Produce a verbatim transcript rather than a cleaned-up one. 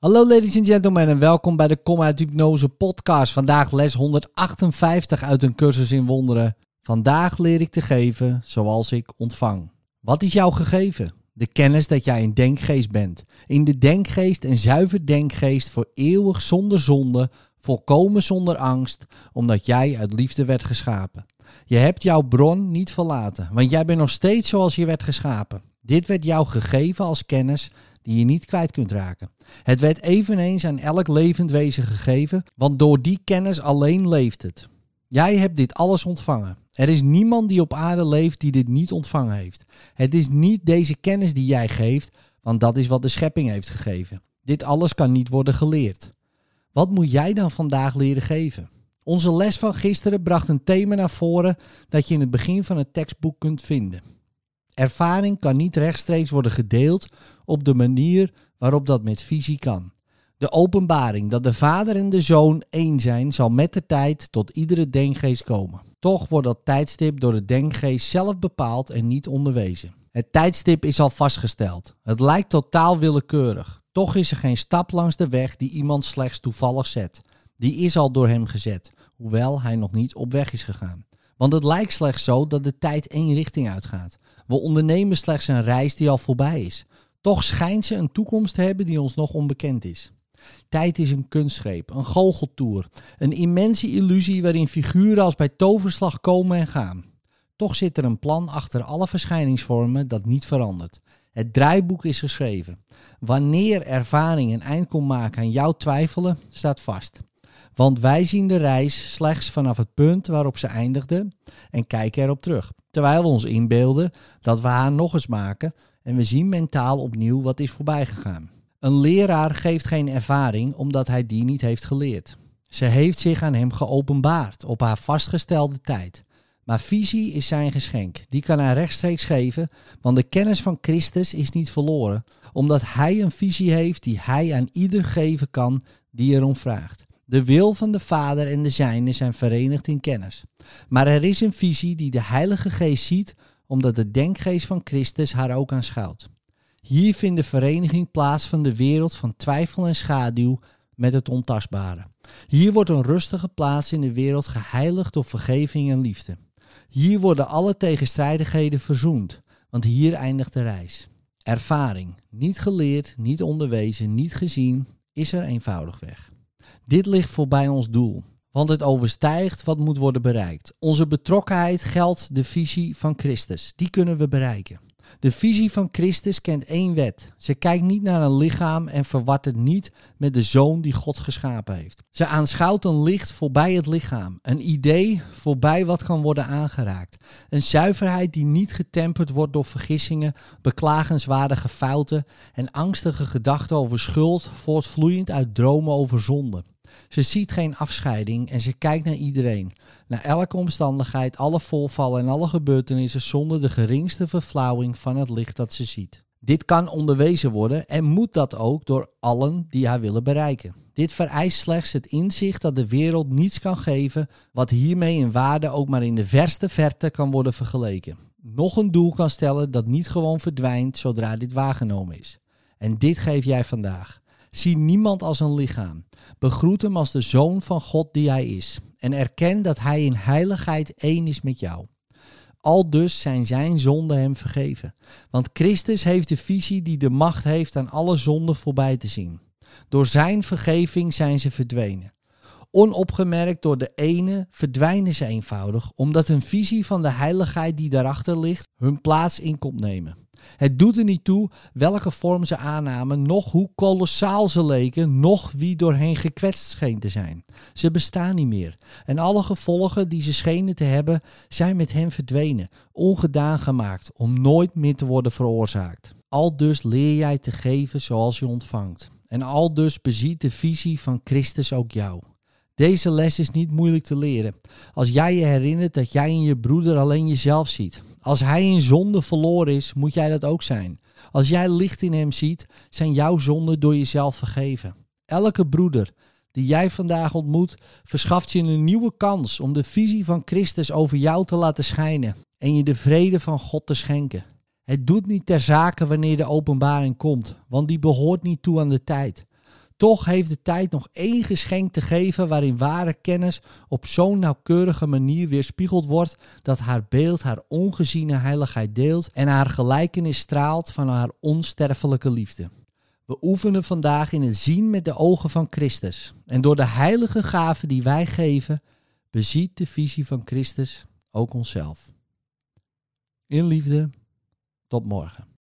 Hallo ladies and gentlemen en welkom bij de Kom uit Hypnose podcast. Vandaag les honderdachtenvijftig uit een cursus in wonderen. Vandaag leer ik te geven zoals ik ontvang. Wat is jouw gegeven? De kennis dat jij een denkgeest bent. In de denkgeest een zuiver denkgeest voor eeuwig zonder zonde, volkomen zonder angst, omdat jij uit liefde werd geschapen. Je hebt jouw bron niet verlaten, want jij bent nog steeds zoals je werd geschapen. Dit werd jou gegeven als kennis die je niet kwijt kunt raken. Het werd eveneens aan elk levend wezen gegeven, want door die kennis alleen leeft het. Jij hebt dit alles ontvangen. Er is niemand die op aarde leeft die dit niet ontvangen heeft. Het is niet deze kennis die jij geeft, want dat is wat de schepping heeft gegeven. Dit alles kan niet worden geleerd. Wat moet jij dan vandaag leren geven? Onze les van gisteren bracht een thema naar voren dat je in het begin van het tekstboek kunt vinden. Ervaring kan niet rechtstreeks worden gedeeld op de manier waarop dat met visie kan. De openbaring dat de Vader en de Zoon één zijn zal met de tijd tot iedere denkgeest komen. Toch wordt dat tijdstip door de denkgeest zelf bepaald en niet onderwezen. Het tijdstip is al vastgesteld. Het lijkt totaal willekeurig. Toch is er geen stap langs de weg die iemand slechts toevallig zet. Die is al door hem gezet, hoewel hij nog niet op weg is gegaan. Want het lijkt slechts zo dat de tijd één richting uitgaat. We ondernemen slechts een reis die al voorbij is. Toch schijnt ze een toekomst te hebben die ons nog onbekend is. Tijd is een kunstgreep, een goocheltoer, een immense illusie waarin figuren als bij toverslag komen en gaan. Toch zit er een plan achter alle verschijningsvormen dat niet verandert. Het draaiboek is geschreven. Wanneer ervaring een eind kon maken aan jouw twijfelen, staat vast. Want wij zien de reis slechts vanaf het punt waarop ze eindigde en kijken erop terug. Terwijl we ons inbeelden dat we haar nog eens maken en we zien mentaal opnieuw wat is voorbij gegaan. Een leraar geeft geen ervaring omdat hij die niet heeft geleerd. Ze heeft zich aan hem geopenbaard op haar vastgestelde tijd. Maar visie is zijn geschenk. Die kan hij rechtstreeks geven, want de kennis van Christus is niet verloren, omdat hij een visie heeft die hij aan ieder geven kan die erom vraagt. De wil van de Vader en de zijne zijn verenigd in kennis. Maar er is een visie die de Heilige Geest ziet, omdat de denkgeest van Christus haar ook aanschouwt. Hier vindt de vereniging plaats van de wereld van twijfel en schaduw met het ontastbare. Hier wordt een rustige plaats in de wereld geheiligd door vergeving en liefde. Hier worden alle tegenstrijdigheden verzoend, want hier eindigt de reis. Ervaring, niet geleerd, niet onderwezen, niet gezien, is er eenvoudigweg. Dit ligt voorbij ons doel, want het overstijgt wat moet worden bereikt. Onze betrokkenheid geldt de visie van Christus, die kunnen we bereiken. De visie van Christus kent één wet. Ze kijkt niet naar een lichaam en verwart het niet met de Zoon die God geschapen heeft. Ze aanschouwt een licht voorbij het lichaam, een idee voorbij wat kan worden aangeraakt. Een zuiverheid die niet getemperd wordt door vergissingen, beklagenswaardige fouten en angstige gedachten over schuld, voortvloeiend uit dromen over zonde. Ze ziet geen afscheiding en ze kijkt naar iedereen, naar elke omstandigheid, alle voorvallen en alle gebeurtenissen zonder de geringste verflauwing van het licht dat ze ziet. Dit kan onderwezen worden en moet dat ook door allen die haar willen bereiken. Dit vereist slechts het inzicht dat de wereld niets kan geven wat hiermee in waarde ook maar in de verste verte kan worden vergeleken. Nog een doel kan stellen dat niet gewoon verdwijnt zodra dit waargenomen is. En dit geef jij vandaag. Zie niemand als een lichaam. Begroet hem als de Zoon van God die hij is. En erken dat hij in heiligheid één is met jou. Aldus zijn zijn zonden hem vergeven. Want Christus heeft de visie die de macht heeft aan alle zonden voorbij te zien. Door zijn vergeving zijn ze verdwenen. Onopgemerkt door de ene verdwijnen ze eenvoudig, omdat een visie van de heiligheid die daarachter ligt hun plaats in komt nemen. Het doet er niet toe welke vorm ze aannamen, noch hoe kolossaal ze leken, noch wie door hen gekwetst scheen te zijn. Ze bestaan niet meer en alle gevolgen die ze schenen te hebben zijn met hen verdwenen, ongedaan gemaakt, om nooit meer te worden veroorzaakt. Aldus leer jij te geven zoals je ontvangt. En aldus beziet de visie van Christus ook jou. Deze les is niet moeilijk te leren. Als jij je herinnert dat jij in je broeder alleen jezelf ziet. Als hij in zonde verloren is, moet jij dat ook zijn. Als jij licht in hem ziet, zijn jouw zonden door jezelf vergeven. Elke broeder die jij vandaag ontmoet, verschaft je een nieuwe kans om de visie van Christus over jou te laten schijnen en je de vrede van God te schenken. Het doet niet ter zake wanneer de openbaring komt, want die behoort niet toe aan de tijd. toch heeft de tijd nog één geschenk te geven waarin ware kennis op zo'n nauwkeurige manier weerspiegeld wordt dat haar beeld haar ongeziene heiligheid deelt en haar gelijkenis straalt van haar onsterfelijke liefde. We oefenen vandaag in het zien met de ogen van Christus. En door de heilige gaven die wij geven, beziet de visie van Christus ook onszelf. In liefde, tot morgen.